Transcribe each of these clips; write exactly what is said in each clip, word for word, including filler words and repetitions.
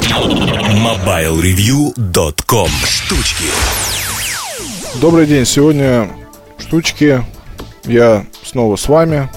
мобайл ревью точка ком. Штучки. Добрый день, сегодня штучки. Я снова с вами.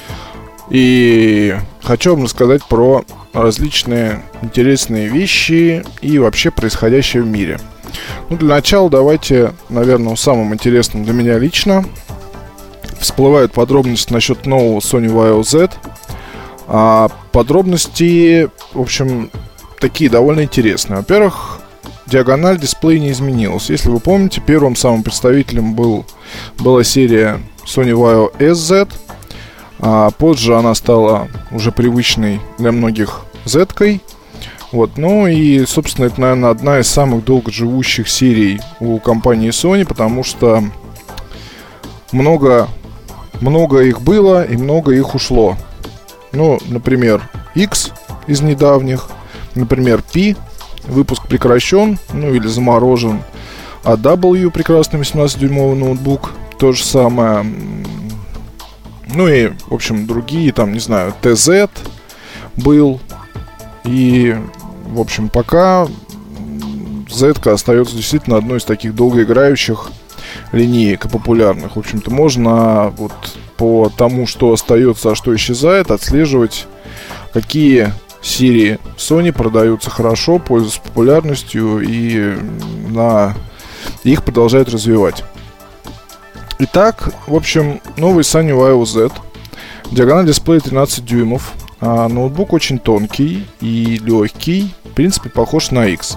И хочу вам рассказать про различные интересные вещи и вообще происходящее в мире. Ну, для начала давайте, наверное, о самом интересном для меня лично. Всплывают подробности насчет нового Sony Vaio Z. А подробности, в общем, такие довольно интересные. Во-первых, диагональ дисплея не изменилась. Если вы помните, первым самым представителем был, была серия Sony Vaio эс зет. А позже она стала уже привычной для многих Z-кой. Вот, ну и, собственно, это, наверное, одна из самых долгоживущих серий у компании Sony, потому что много, много их было и много их ушло. Ну, например, X из недавних, например, P, выпуск прекращен, ну или заморожен, а W, прекрасный восемнадцатидюймовый ноутбук, то же самое. Ну и, в общем, другие, там, не знаю, ти зет был. И, в общем, пока Z-ка остается действительно одной из таких долгоиграющих линеек и популярных. В общем-то, можно вот по тому, что остается, а что исчезает, отслеживать, какие серии Sony продаются хорошо, пользуются популярностью, и на их продолжают развивать. Итак, в общем, новый Sony Vaio Z. Диагональ дисплея тринадцать дюймов. А ноутбук очень тонкий и легкий. В принципе, похож на X.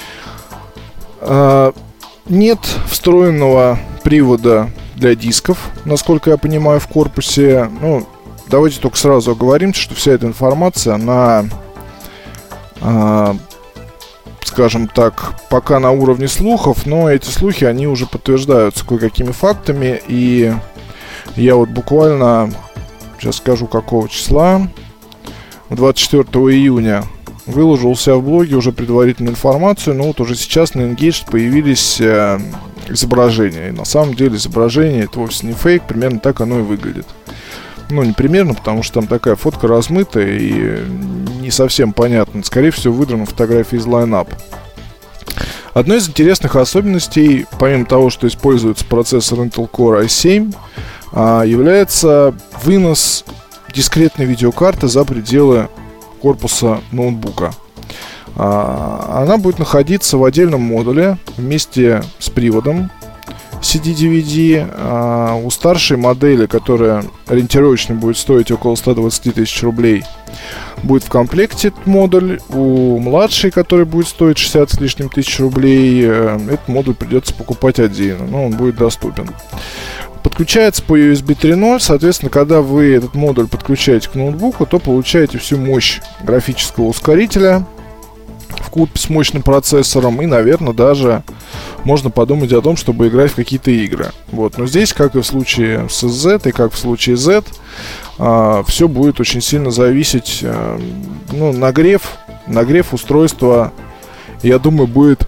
А, нет встроенного привода для дисков, насколько я понимаю, в корпусе. Ну, давайте только сразу оговоримся, что вся эта информация, она, а, скажем так, пока на уровне слухов, но эти слухи, они уже подтверждаются кое-какими фактами. И я вот буквально, сейчас скажу, какого числа, двадцать четвёртого июня выложил у себя в блоге уже предварительную информацию, но вот уже сейчас на Engage появились э, изображения. И на самом деле изображение — это вовсе не фейк, примерно так оно и выглядит. Ну, не примерно, потому что там такая фотка размытая и не совсем понятно. Скорее всего, выдрана фотография из Line-Up. Одной из интересных особенностей, помимо того, что используется процессор Intel Core ай семь, э, является вынос дискретной видеокарты за пределы корпуса ноутбука. а, Она будет находиться в отдельном модуле вместе с приводом си ди ди ви ди. а, У старшей модели, которая ориентировочно будет стоить около сто двадцать тысяч рублей, будет в комплекте этот модуль. У младшей, который будет стоить шестьдесят с лишним тысяч рублей, этот модуль придется покупать отдельно, но он будет доступен. Подключается по ю эс би три ноль. Соответственно, когда вы этот модуль подключаете к ноутбуку, то получаете всю мощь графического ускорителя вкупе с мощным процессором. И, наверное, даже можно подумать о том, чтобы играть в какие-то игры. Вот. Но здесь, как и в случае с эс зет, и как в случае Z, а, все будет очень сильно зависеть. а, Ну, нагрев, нагрев устройства, я думаю, будет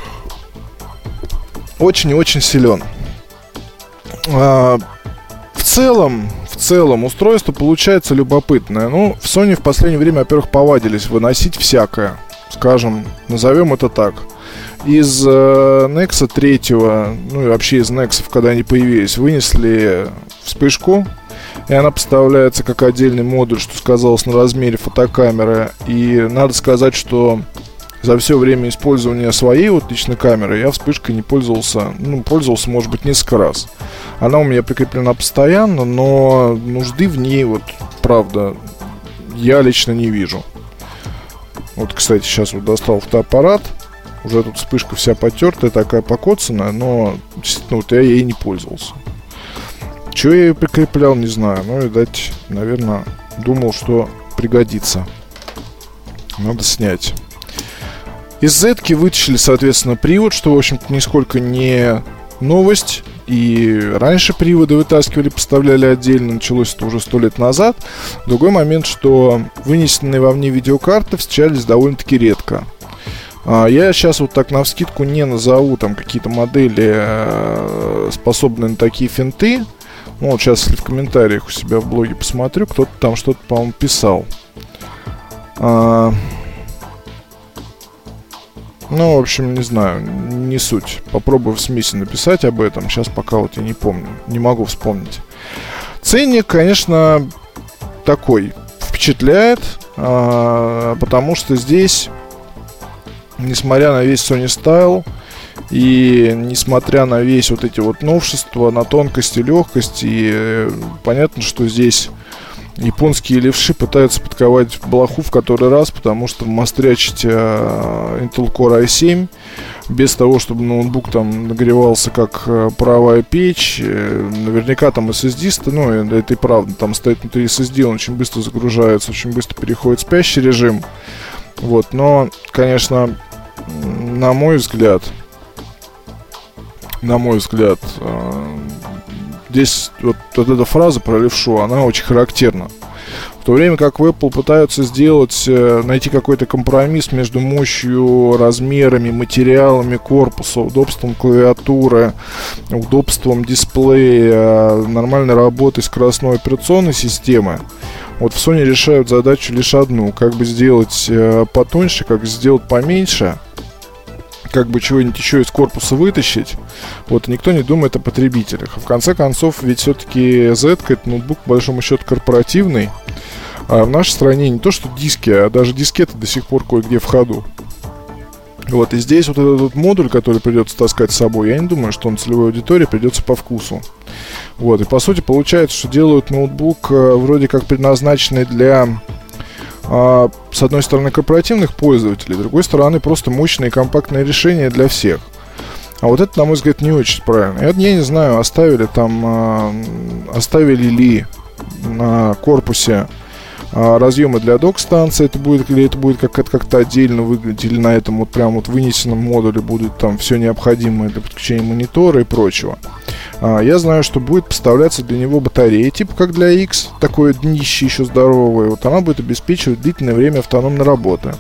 очень и очень силен. В целом, в целом устройство получается любопытное. Ну, в Sony в последнее время, во-первых, повадились выносить всякое, скажем, назовем это так. Из э, Nexus три, ну и вообще из Nexus, когда они появились, вынесли вспышку, и она поставляется как отдельный модуль, что сказалось на размере фотокамеры. И надо сказать, что за все время использования своей вот личной камеры я вспышкой не пользовался. Ну, пользовался, может быть, несколько раз. Она у меня прикреплена постоянно, но нужды в ней, вот, правда, я лично не вижу. Вот, кстати, сейчас вот достал фотоаппарат. Уже тут вспышка вся потертая, такая покоцанная, но действительно вот я ей не пользовался. Чего я ее прикреплял, не знаю. Но, видать, наверное, думал, что пригодится. Надо снять. Из Z-ки вытащили, соответственно, привод, что, в общем-то, нисколько не новость. И раньше приводы вытаскивали, поставляли отдельно. Началось это уже сто лет назад. Другой момент, что вынесенные вовне видеокарты встречались довольно-таки редко. Я сейчас вот так навскидку не назову там какие-то модели, способные на такие финты. Ну, вот сейчас, если в комментариях у себя в блоге посмотрю, кто-то там что-то, по-моему, писал. Ну, в общем, не знаю, не суть. Попробую в смеси написать об этом. Сейчас пока вот я не помню, не могу вспомнить. Ценник, конечно, такой, впечатляет, а, потому что здесь, несмотря на весь Sony Style и несмотря на весь вот эти вот новшества, на тонкость и легкость, и понятно, что здесь японские левши пытаются подковать блоху в который раз, потому что мострячить uh, Intel Core ай семь без того, чтобы ноутбук там нагревался как uh, паровая печь. Наверняка там эс эс ди, ну это и правда, там стоит внутри эс эс ди, он очень быстро загружается, очень быстро переходит в спящий режим. Вот, но, конечно, на мой взгляд, на мой взгляд, uh, здесь вот, вот эта фраза про левшу, она очень характерна. В то время как в Apple пытаются сделать, найти какой-то компромисс между мощью, размерами, материалами корпуса, удобством клавиатуры, удобством дисплея, нормальной работой скоростной операционной системы. Вот в Sony решают задачу лишь одну: как бы сделать потоньше, как сделать поменьше, как бы чего-нибудь еще из корпуса вытащить. Вот, никто не думает о потребителях. В конце концов, ведь все-таки Z — это ноутбук, по большому счету, корпоративный. А в нашей стране не то что диски, а даже дискеты до сих пор кое-где в ходу. Вот, и здесь вот этот вот модуль, который придется таскать с собой, я не думаю, что он целевой аудитории придется по вкусу. Вот, и по сути получается, что делают ноутбук вроде как предназначенный для... А, с одной стороны, корпоративных пользователей, с другой стороны, просто мощное и компактное решение для всех. А вот это, на мой взгляд, не очень правильно. Я, я не знаю, оставили там, а, оставили ли на корпусе а, разъемы для док-станции, это будет, или это будет как, это как-то отдельно выглядеть, или на этом вот прям вот вынесенном модуле будет там все необходимое для подключения монитора и прочего. А, я знаю, что будет поставляться для него батарея, типа как для X, такое днище еще здоровое. Вот она будет обеспечивать длительное время автономной работы.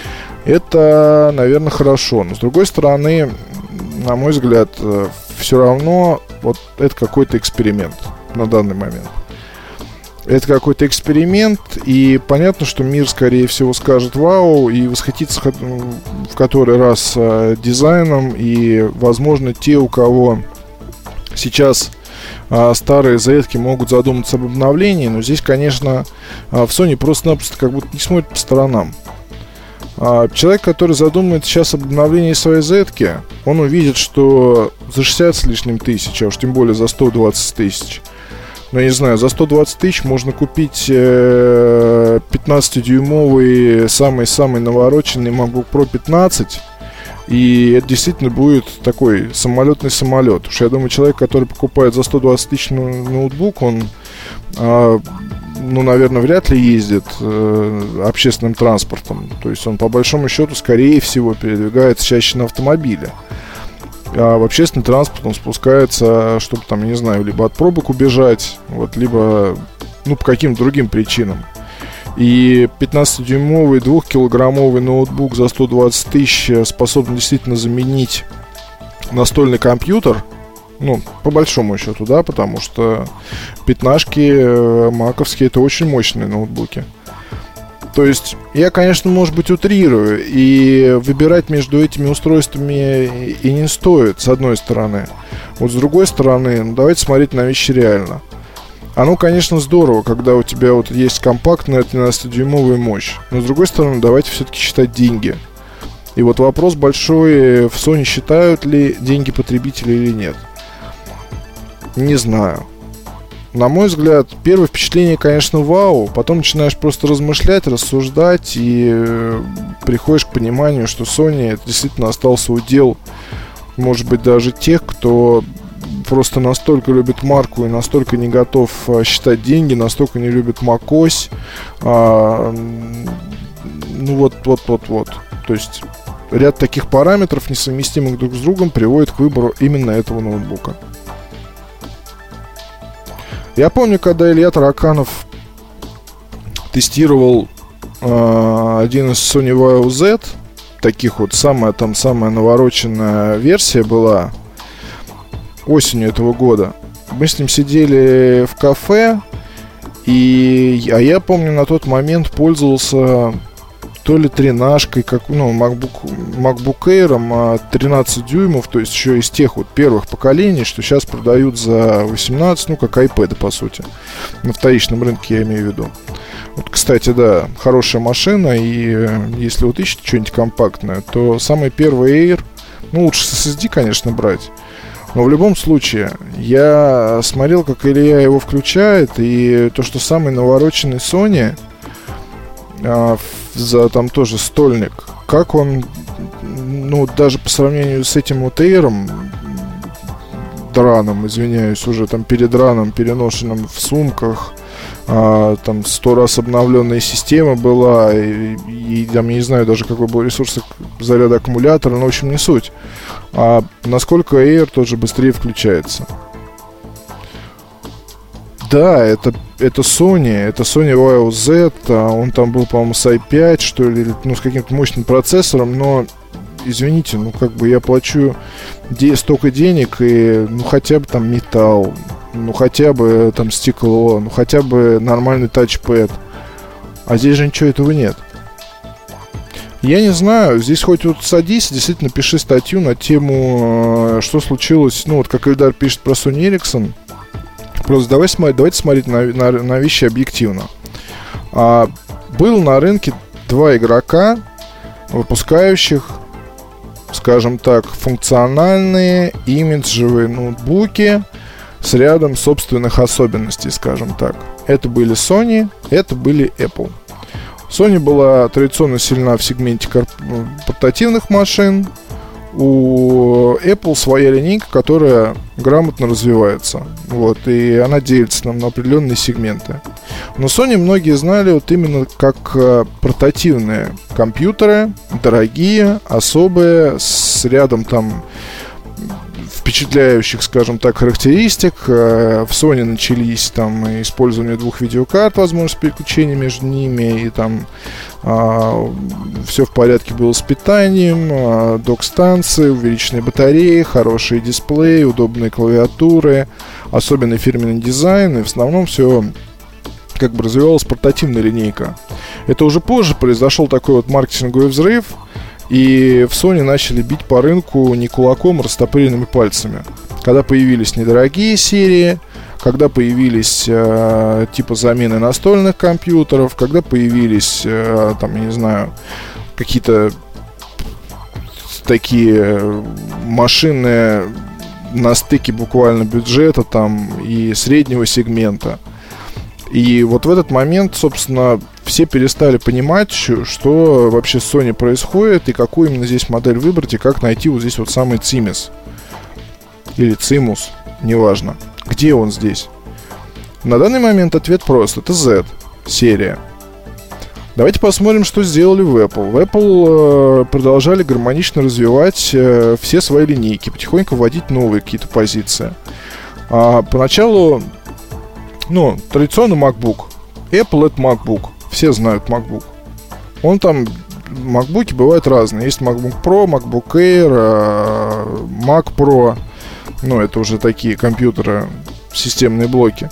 Это, наверное, хорошо. Но с другой стороны, на мой взгляд, все равно вот это какой-то эксперимент на данный момент. Это какой-то эксперимент, и понятно, что мир, скорее всего, скажет вау и восхитится в который раз дизайном. И, возможно, те, у кого сейчас а, старые зетки могут задуматься об обновлении, но здесь, конечно, а, в Sony просто-напросто как будто не смотрит по сторонам. А, человек, который задумает сейчас об обновлении своей зетки, он увидит, что за шестьдесят с лишним тысяч, а уж тем более за сто двадцать тысяч, ну, я не знаю, за сто двадцать тысяч можно купить э, пятнадцатидюймовый, самый-самый навороченный MacBook Pro пятнадцать. И это действительно будет такой самолетный самолет. Уж я думаю, человек, который покупает за сто двадцать тысяч ноутбук, он, э, ну, наверное, вряд ли ездит э, общественным транспортом. То есть он, по большому счету, скорее всего, передвигается чаще на автомобиле. А в общественный транспорт он спускается, чтобы там, я не знаю, либо от пробок убежать, вот, либо, ну, по каким-то другим причинам. И пятнадцатидюймовый двухкилограммовый ноутбук за сто двадцать тысяч способен действительно заменить настольный компьютер. Ну, по большому счету, да, потому что пятнашки маковские — это очень мощные ноутбуки. То есть я, конечно, может быть, утрирую, и выбирать между этими устройствами и не стоит, с одной стороны. Вот с другой стороны, ну, давайте смотреть на вещи реально. Оно, конечно, здорово, когда у тебя вот есть компактная тринадцатидюймовая мощь. Но, с другой стороны, давайте все-таки считать деньги. И вот вопрос большой: в Sony считают ли деньги потребителей или нет. Не знаю. На мой взгляд, первое впечатление, конечно, вау. Потом начинаешь просто размышлять, рассуждать, и приходишь к пониманию, что Sony — это действительно остался удел, может быть, даже тех, кто просто настолько любит марку и настолько не готов а, считать деньги, настолько не любит macOS. А, ну вот, вот, вот, вот. То есть ряд таких параметров, несовместимых друг с другом, приводит к выбору именно этого ноутбука. Я помню, когда Илья Тараканов тестировал э, один из Sony Vaio Z, таких вот, самая там самая навороченная версия была осенью этого года. Мы с ним сидели в кафе, и, а я помню, на тот момент пользовался то то ли тринашкой, как, ну, MacBook, MacBook Air тринадцать дюймов, то есть еще из тех вот первых поколений, что сейчас продают за восемнадцать, ну, как iPad, по сути. На вторичном рынке я имею в виду. Вот, кстати, да, хорошая машина, и если вот ищете что-нибудь компактное, то самый первый Air, ну, лучше с эс эс ди, конечно, брать. Но в любом случае, я смотрел, как Илья его включает, и то, что самый навороченный Sony, а, за там тоже стольник, как он, ну, даже по сравнению с этим вот Air'ом, драном, извиняюсь, уже там передраном, переношенным в сумках, а, там сто раз обновленная система была, и, и там, я не знаю даже, какой был ресурс заряда аккумулятора, но, в общем, не суть. А насколько Air тоже быстрее включается. Да, это, это Sony, это Sony вай о зет, он там был, по-моему, с ай пять, что ли, ну, с каким-то мощным процессором, но, извините, ну, как бы я плачу де- столько денег, и, ну, хотя бы там металл, ну, хотя бы там стекло, ну, хотя бы нормальный тачпэд, а здесь же ничего этого нет. Я не знаю, здесь хоть вот садись, действительно пиши статью на тему, что случилось, ну, вот как Ильдар пишет про Sony Ericsson. Просто давай смотри, давайте смотреть на, на, на вещи объективно. А, был на рынке два игрока, выпускающих, скажем так, функциональные имиджевые ноутбуки с рядом собственных особенностей, скажем так. Это были Sony, это были Apple. Sony была традиционно сильна в сегменте корп... портативных машин. У Apple своя линейка, которая грамотно развивается. Вот, и она делится нам на определенные сегменты. Но Sony многие знали вот именно как портативные компьютеры, дорогие, особые, с рядом там впечатляющих, скажем так, характеристик. В Sony начались там использование двух видеокарт, возможность переключения между ними, и там а, все в порядке было с питанием, а, док-станции, увеличенные батареи, хорошие дисплеи, удобные клавиатуры, особенный фирменный дизайн, и в основном все как бы развивалась портативная линейка. Это уже позже произошел такой вот маркетинговый взрыв, и в Sony начали бить по рынку не кулаком, а растопыренными пальцами. Когда появились недорогие серии, когда появились э, типа замены настольных компьютеров, когда появились, э, там, я не знаю, какие-то такие машины на стыке буквально бюджета там и среднего сегмента. И вот в этот момент, собственно, все перестали понимать, что вообще с Sony происходит, и какую именно здесь модель выбрать, и как найти вот здесь вот самый цимис. Или цимус, неважно. Где он здесь? На данный момент ответ прост. Это Z-серия. Давайте посмотрим, что сделали в Apple. В Apple э, продолжали гармонично развивать э, все свои линейки, потихоньку вводить новые какие-то позиции. А, поначалу... Ну, традиционно MacBook. Apple — это MacBook. Все знают MacBook. Он там... MacBook'и бывают разные. Есть MacBook Pro, MacBook Air, Mac Pro. Ну, это уже такие компьютеры, системные блоки.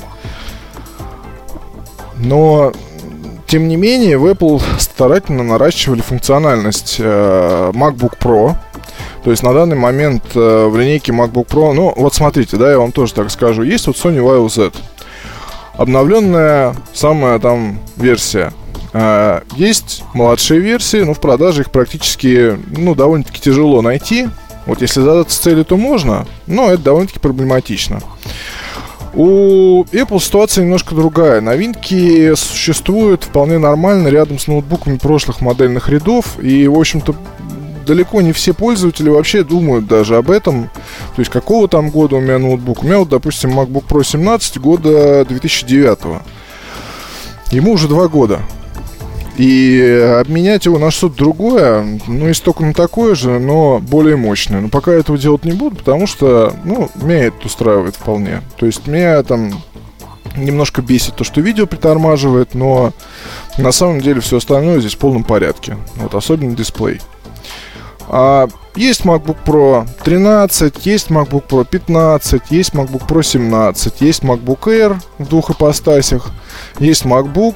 Но, тем не менее, в Apple старательно наращивали функциональность MacBook Pro. То есть на данный момент в линейке MacBook Pro... Ну, вот смотрите, да, я вам тоже так скажу. Есть вот Sony вай о зет. Обновленная самая там версия. А, есть младшие версии, но в продаже их практически, ну, довольно-таки тяжело найти. Вот если задаться целью, то можно, но это довольно-таки проблематично. У Apple ситуация немножко другая. Новинки существуют вполне нормально рядом с ноутбуками прошлых модельных рядов. И, в общем-то, далеко не все пользователи вообще думают даже об этом. То есть, какого там года у меня ноутбук? У меня вот, допустим, MacBook Pro семнадцать года две тысячи девятого. Ему уже два года. И обменять его на что-то другое, ну, если только на такое же, но более мощное. Но пока этого делать не буду, потому что, ну, меня это устраивает вполне. То есть, меня там немножко бесит то, что видео притормаживает, но на самом деле все остальное здесь в полном порядке. Вот, особенно дисплей. А, есть MacBook Pro тринадцать, есть MacBook Pro пятнадцать, есть MacBook Pro семнадцать, есть MacBook Air в двух ипостасях, есть MacBook,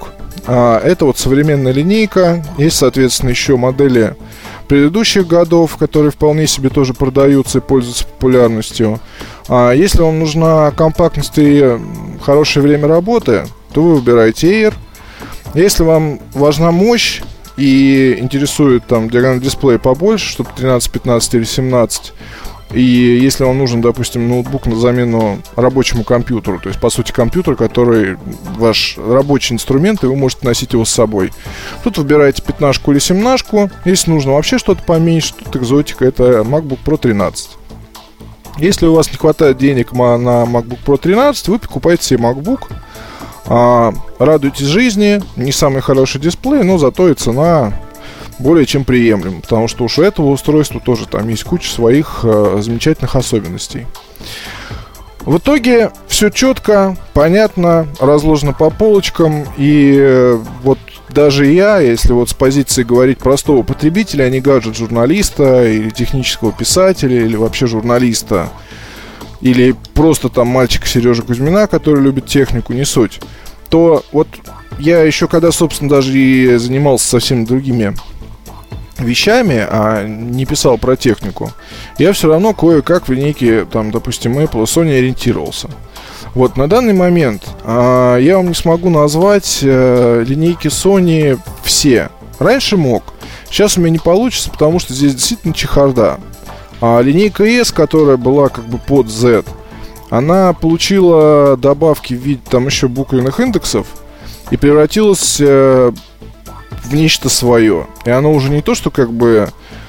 А, это вот современная линейка. Есть, соответственно, еще модели предыдущих годов, которые вполне себе тоже продаются и пользуются популярностью. А если вам нужна компактность и хорошее время работы, то вы выбираете Air. Если вам важна мощь и интересует там диагональный дисплей побольше, чтобы тринадцать, пятнадцать или семнадцать, и если вам нужен, допустим, ноутбук на замену рабочему компьютеру, то есть, по сути, компьютер, который ваш рабочий инструмент, и вы можете носить его с собой, тут выбираете пятнашку или семнашку. Если нужно вообще что-то поменьше, тут экзотика, это MacBook Pro тринадцать. Если у вас не хватает денег на MacBook Pro тринадцать, вы покупаете себе MacBook, а, радуйтесь жизни, не самый хороший дисплей, но зато и цена более чем приемлема, потому что уж у этого устройства тоже там есть куча своих э, замечательных особенностей. В итоге все четко, понятно, разложено по полочкам, и э, вот даже я, если вот с позиции говорить простого потребителя, а не гаджет-журналиста или технического писателя, или вообще журналиста, или просто там мальчика Сережи Кузьмина, который любит технику, не суть, то вот я еще когда, собственно, даже и занимался совсем другими вещами, а не писал про технику, я все равно кое-как в линейке, там, допустим, Apple и Sony ориентировался. Вот на данный момент а, я вам не смогу назвать а, линейки Sony все. Раньше мог, сейчас у меня не получится, потому что здесь действительно чехарда. А линейка S, которая была как бы под Z, она получила добавки в виде там еще буквенных индексов и превратилась э, в нечто свое. И оно уже не то, что как бы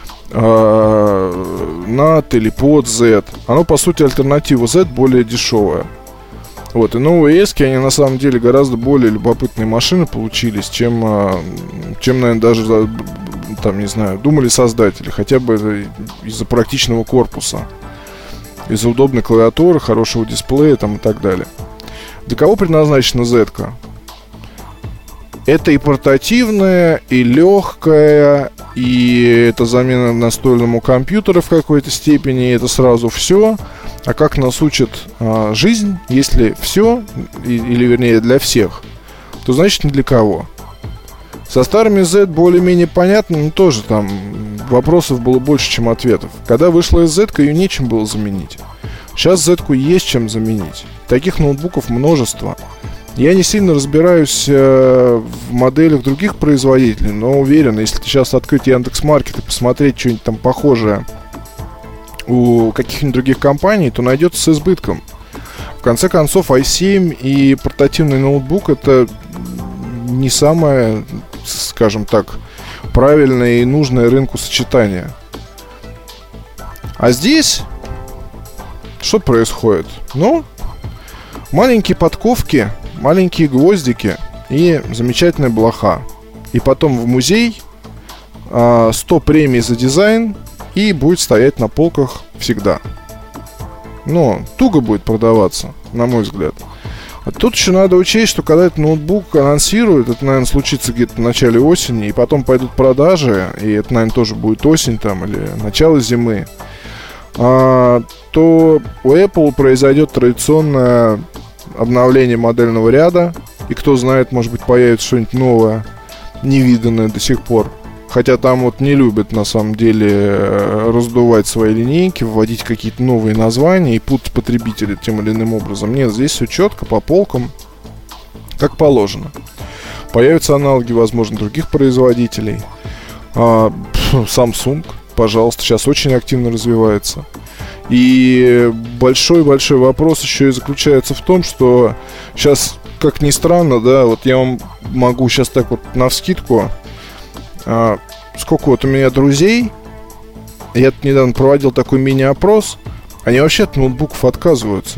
э, над или под Z. Оно, по сути, альтернатива Z, более дешевая. Вот, и новые S, они на самом деле гораздо более любопытные машины получились, чем, э, чем наверное, даже там, не знаю, думали создатели, хотя бы из-за практичного корпуса, из-за удобной клавиатуры, хорошего дисплея там, и так далее. Для кого предназначена Z-ка? Это и портативная, и легкая, и это замена настольному компьютеру в какой-то степени, и это сразу все. А как нас учит а, жизнь, если все, и, или вернее для всех, то значит не для кого. Со старыми Z более-менее понятно, но тоже там вопросов было больше, чем ответов. Когда вышла Z-ка, ее нечем было заменить. Сейчас Z-ку есть чем заменить. Таких ноутбуков множество. Я не сильно разбираюсь э, в моделях других производителей, но уверен, если сейчас открыть Яндекс.Маркет и посмотреть что-нибудь там похожее у каких-нибудь других компаний, то найдется с избытком. В конце концов, ай семь и портативный ноутбук — это не самое, скажем так, правильное и нужное рынку сочетание. А здесь что происходит? Ну, маленькие подковки, маленькие гвоздики и замечательная блоха. И потом в музей э, сто премий за дизайн, и будет стоять на полках всегда. Но туго будет продаваться, на мой взгляд. А тут еще надо учесть, что когда этот ноутбук анонсируют, это, наверное, случится где-то в начале осени, и потом пойдут продажи, и это, наверное, тоже будет осень там или начало зимы, а, то у Apple произойдет традиционное обновление модельного ряда, и кто знает, может быть, появится что-нибудь новое, невиданное до сих пор. Хотя там вот не любят, на самом деле, раздувать свои линейки, вводить какие-то новые названия и путать потребителей тем или иным образом. Нет, здесь все четко, по полкам, как положено. Появятся аналоги, возможно, других производителей. а, Samsung, пожалуйста, сейчас очень активно развивается. И большой-большой вопрос еще и заключается в том, что сейчас, как ни странно, да, вот я вам могу сейчас так вот навскидку, а, сколько вот у меня друзей, я тут недавно проводил такой мини-опрос, они вообще от ноутбуков отказываются.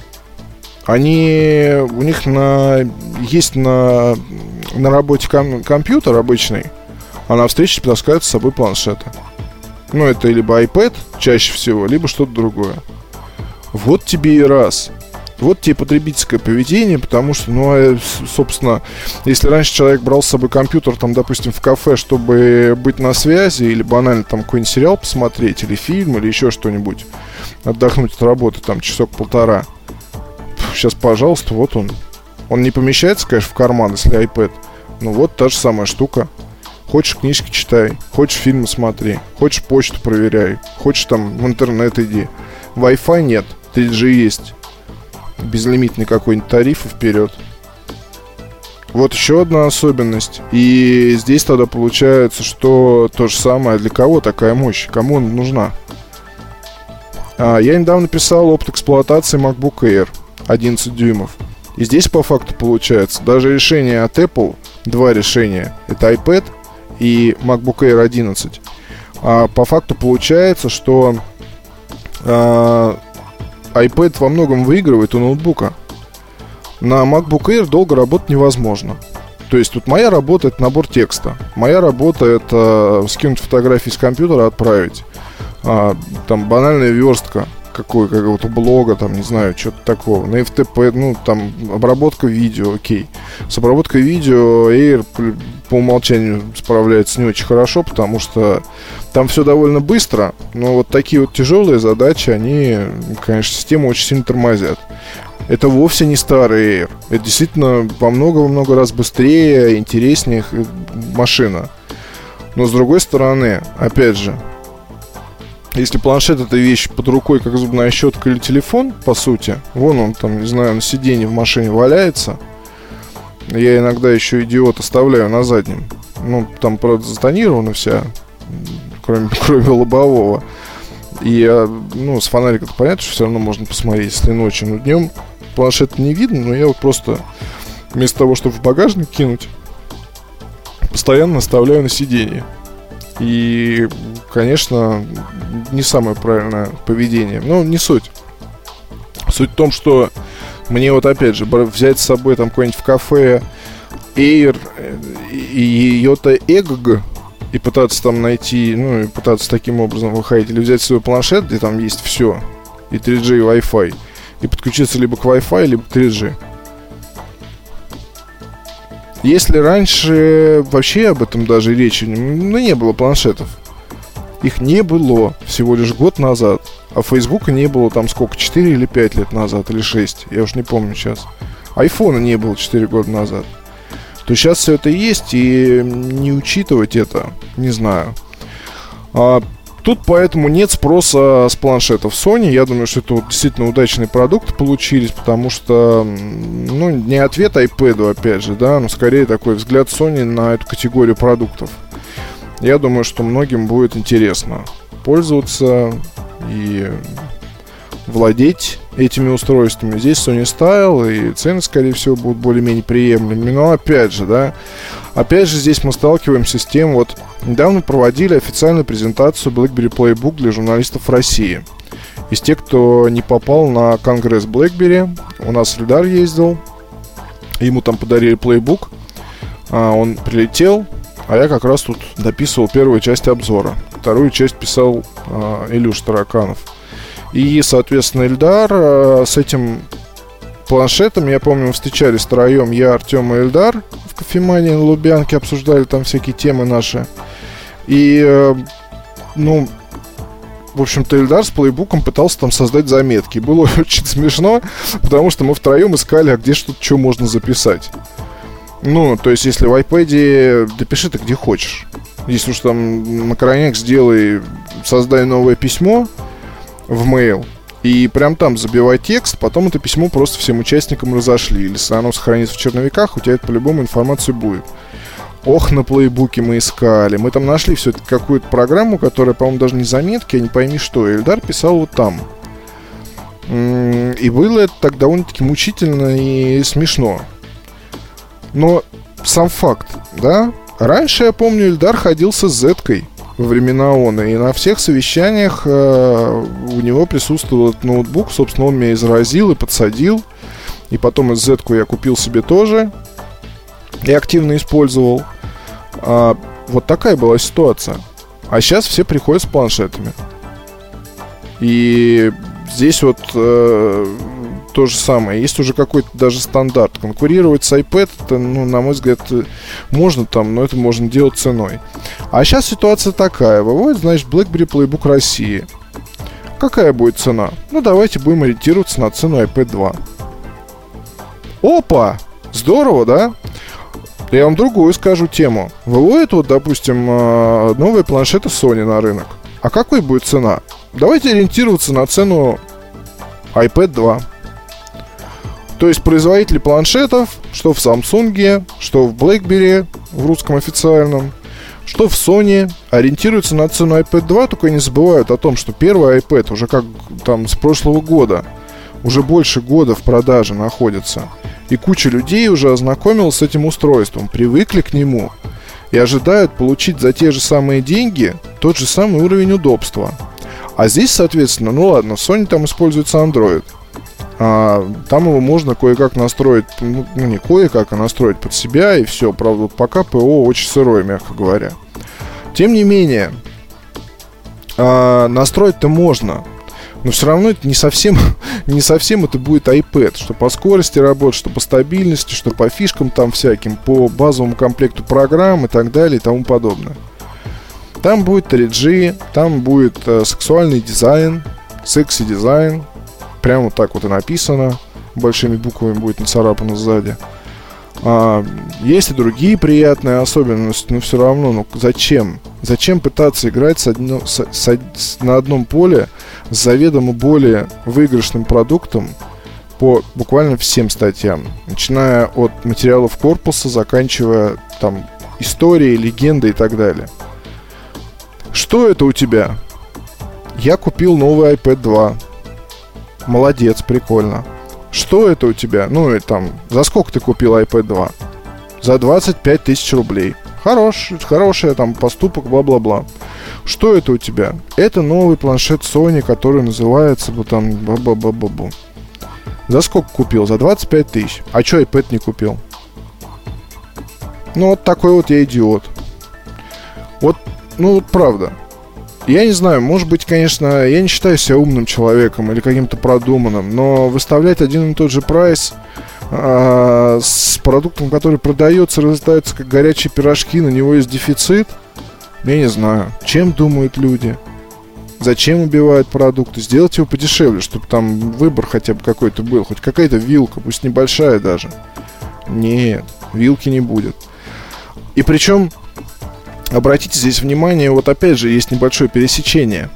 Они, у них на, есть на, на работе ком, компьютер обычный, а на встрече таскают с собой планшеты. Ну, это либо iPad чаще всего, либо что-то другое. Вот тебе и раз. Вот тебе потребительское поведение, потому что, ну, собственно, если раньше человек брал с собой компьютер, там, допустим, в кафе, чтобы быть на связи, или банально там какой-нибудь сериал посмотреть, или фильм, или еще что-нибудь, отдохнуть от работы, там, часок-полтора. Сейчас, пожалуйста, вот он. Он не помещается, конечно, в карман, если iPad, Ну вот та же самая штука. Хочешь книжки читай, хочешь фильмы смотри, хочешь почту проверяй, хочешь там в интернет иди. Wi-Fi нет, три джи есть. Безлимитный какой-нибудь тариф и вперед. Вот еще одна особенность. И здесь тогда получается, что то же самое. Для кого такая мощь? Кому она нужна? а, Я недавно писал опыт эксплуатации MacBook Air одиннадцать дюймов. И здесь по факту получается даже решение от Apple, два решения, это iPad и MacBook Air одиннадцать. а, По факту получается, что а, iPad во многом выигрывает у ноутбука. На MacBook Air долго работать невозможно. То есть вот моя работа — это набор текста. Моя работа — это скинуть фотографии с компьютера, отправить. а, Там банальная верстка какой, какого-то блога, там, не знаю, что-то такого. На эф ти пи, ну, там, обработка видео, окей. С обработкой видео Air по умолчанию справляется не очень хорошо, потому что там все довольно быстро, но вот такие вот тяжелые задачи, они, конечно, систему очень сильно тормозят. Это вовсе не старый Air. Это действительно во много-много раз быстрее, интереснее машина. Но с другой стороны, опять же, если планшет — это вещь под рукой, как зубная щетка или телефон, по сути, вон он там, не знаю, на сиденье в машине валяется. Я иногда еще идиот оставляю на заднем. Ну, там, правда, затонирована вся, кроме, кроме лобового. И, ну, с фонарика-то понятно, что все равно можно посмотреть, если ночью. Но днем планшет не видно, но я вот просто вместо того, чтобы в багажник кинуть, постоянно оставляю на сиденье. И, конечно, не самое правильное поведение. Но не суть. Суть в том, что мне вот опять же взять с собой там какой-нибудь в кафе Air и Yota Egg и пытаться там найти, ну и пытаться таким образом выходить. Или взять свой планшет, где там есть все, и три джи, и Wi-Fi, и подключиться либо к Wi-Fi, либо к три джи. Если раньше вообще об этом даже речи ну, не было планшетов. Их не было всего лишь год назад. А Фейсбука не было там сколько, четыре или пять лет назад, или шесть. Я уж не помню сейчас. Айфона не было четыре года назад. То сейчас все это есть, и не учитывать это, не знаю. а, Тут поэтому нет спроса с планшетов Sony. Я думаю, что это вот действительно удачные продукты получились, потому что, ну, не ответ iPad, опять же, да, но скорее такой взгляд Sony на эту категорию продуктов. Я думаю, что многим будет интересно пользоваться и владеть этими устройствами. Здесь Sony Style, и цены, скорее всего, будут более-менее приемлемыми. Но опять же, да, опять же здесь мы сталкиваемся с тем, вот недавно проводили официальную презентацию BlackBerry Playbook для журналистов России. Из тех, кто не попал на конгресс BlackBerry, у нас Эльдар ездил, ему там подарили Playbook, а он прилетел, а я как раз тут дописывал первую часть обзора. Вторую часть писал а, Илюш Тараканов. И, соответственно, Эльдар а, с этим планшетом, я помню, мы встречались втроем, я, Артем и Эльдар в кофемании на Лубянке, обсуждали там всякие темы наши. И, а, ну, в общем-то, Эльдар с плейбуком пытался там создать заметки. Было очень смешно, потому что мы втроем искали, а где что-то, что можно записать. Ну, то есть, если в iPad, допиши ты где хочешь. Если уж там на крайняк сделай, создай новое письмо в mail и прям там забивай текст, потом это письмо просто всем участникам разошли. Или если оно сохранится в черновиках, у тебя это по-любому информация будет. Ох, на плейбуке мы искали. Мы там нашли все-таки какую-то программу, которая, по-моему, даже не заметки, а не пойми что. Эльдар писал вот там. И было это так довольно-таки мучительно и смешно. Но сам факт, да? Раньше, я помню, Эльдар ходил с зеткой во времена ООНа, и на всех совещаниях э, у него присутствовал этот ноутбук. Собственно, он меня изразил и подсадил. И потом зетку я купил себе тоже и активно использовал. а, Вот такая была ситуация. А сейчас все приходят с планшетами. И здесь вот э, то же самое. Есть уже какой-то даже стандарт. Конкурировать с iPad, это, ну, на мой взгляд, можно там, но это можно делать ценой. А сейчас ситуация такая. Выводит, значит, BlackBerry Playbook России. Какая будет цена? Ну, давайте будем ориентироваться на цену iPad два. Опа! Здорово, да? Я вам другую скажу тему. Выводят, вот, допустим, новые планшеты Sony на рынок. А какой будет цена? Давайте ориентироваться на цену айпэд два. То есть производители планшетов, что в Samsung, что в BlackBerry, в русском официальном, что в Sony, ориентируются на цену айпэд два, только не забывают о том, что первый iPad уже как там с прошлого года, уже больше года в продаже находится. И куча людей уже ознакомилась с этим устройством, привыкли к нему и ожидают получить за те же самые деньги тот же самый уровень удобства. А здесь, соответственно, ну ладно, в Sony там используется Android. А, там его можно кое-как настроить, ну не кое-как, а настроить под себя, и все. Правда, пока ПО очень сырое, мягко говоря. Тем не менее, а, настроить-то можно. Но все равно это не совсем, не совсем это будет iPad. Что по скорости работы, что по стабильности, что по фишкам там всяким, по базовому комплекту программ и так далее и тому подобное. Там будет три джи, там будет э, сексуальный дизайн, секси-дизайн. Прямо вот так вот и написано. Большими буквами будет нацарапано сзади. а, Есть и другие приятные особенности, но все равно, ну зачем? Зачем пытаться играть с одно, с, с, на одном поле с заведомо более выигрышным продуктом по буквально всем статьям, начиная от материалов корпуса, заканчивая там историей, легендой и так далее. Что это у тебя? Я купил новый айпэд два. Молодец, прикольно. Что это у тебя? Ну и там, за сколько ты купил айпэд два? За двадцать пять тысяч рублей. Хорош, хороший там поступок, бла-бла-бла. Что это у тебя? Это новый планшет Sony, который называется вот там ба-ба-ба-ба-бу. За сколько купил? За двадцать пять тысяч. А чё iPad не купил? Ну вот такой вот я идиот. Вот, ну вот правда. Я не знаю, может быть, конечно, я не считаю себя умным человеком или каким-то продуманным, но выставлять один и тот же прайс а, с продуктом, который продается, разлетается как горячие пирожки, на него есть дефицит, я не знаю, чем думают люди, зачем убивают продукты, сделать его подешевле, чтобы там выбор хотя бы какой-то был, хоть какая-то вилка, пусть небольшая даже. Нет, вилки не будет. И причем обратите здесь внимание, вот опять же есть небольшое пересечение.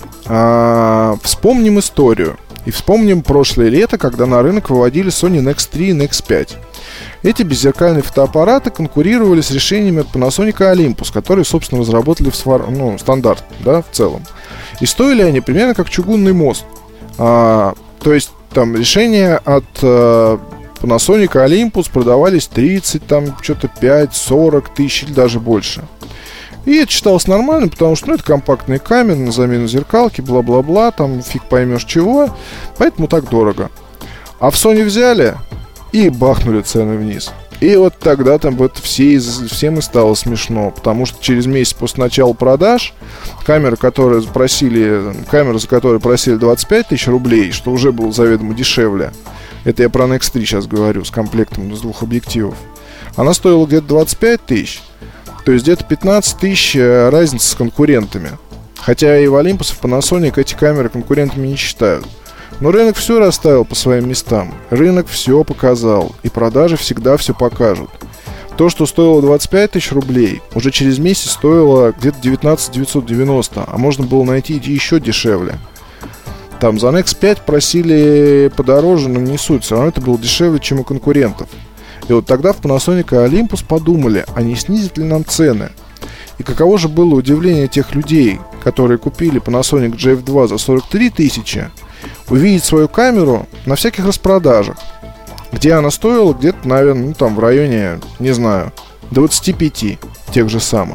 а, Вспомним историю. И вспомним прошлое лето, когда на рынок выводили Sony Nex три и Nex пять. Эти беззеркальные фотоаппараты конкурировали с решениями от Panasonic и Olympus, которые, собственно, разработали в свар... ну, стандарт, да, в целом. И стоили они примерно как чугунный мост. а, То есть там решения от а, Panasonic и Olympus продавались тридцать, там что-то пять, сорок тысяч или даже больше. И это считалось нормально, потому что, ну, это компактные камеры на замену зеркалки, бла-бла-бла, там фиг поймешь чего, поэтому так дорого. А в Sony взяли и бахнули цены вниз. И вот тогда там вот все, всем и стало смешно, потому что через месяц после начала продаж камеры, которые просили, камеры, за которые просили двадцать пять тысяч рублей, что уже было заведомо дешевле, это я про Nex три сейчас говорю, с комплектом из двух объективов, она стоила где-то двадцать пять тысяч. То есть где-то пятнадцать тысяч разница с конкурентами. Хотя и в Olympus, и в Panasonic эти камеры конкурентами не считают. Но рынок все расставил по своим местам. Рынок все показал. И продажи всегда все покажут. То, что стоило двадцать пять тысяч рублей, уже через месяц стоило где-то девятнадцать девятьсот девяносто. А можно было найти еще дешевле. Там за Nex пять просили подороже, но не суть. Все равно это было дешевле, чем у конкурентов. И вот тогда в Panasonic и Olympus подумали, а не снизят ли нам цены. И каково же было удивление тех людей, которые купили Panasonic джи эф два за сорок три тысячи, увидеть свою камеру на всяких распродажах, где она стоила где-то, наверное, ну там в районе, не знаю, двадцать пять тех же самых.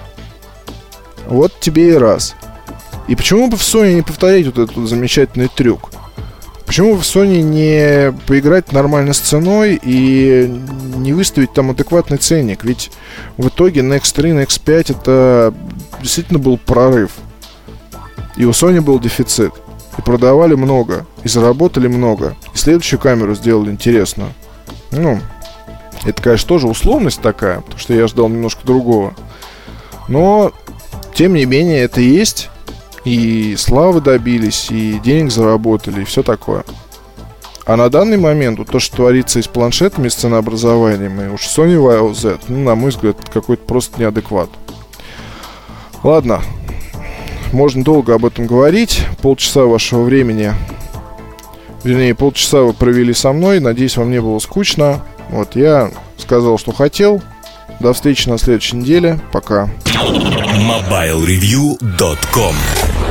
Вот тебе и раз. И почему бы в Sony не повторить вот этот замечательный трюк? Почему в Sony не поиграть нормально с ценой и не выставить там адекватный ценник? Ведь в итоге Nex три, Nex пять это действительно был прорыв. И у Sony был дефицит. И продавали много, и заработали много. И следующую камеру сделали интересную. Ну, это, конечно, тоже условность такая, потому что я ждал немножко другого. Но, тем не менее, это есть. И славы добились, и денег заработали, и все такое. А на данный момент вот то, что творится и с планшетами, с ценообразованием, и уж Sony Vaio зет, ну, на мой взгляд, какой-то просто неадекват. Ладно, можно долго об этом говорить. Полчаса вашего времени, вернее, полчаса вы провели со мной. Надеюсь, вам не было скучно. Вот, я сказал, что хотел. До встречи на следующей неделе. Пока. мобайл ревью точка ком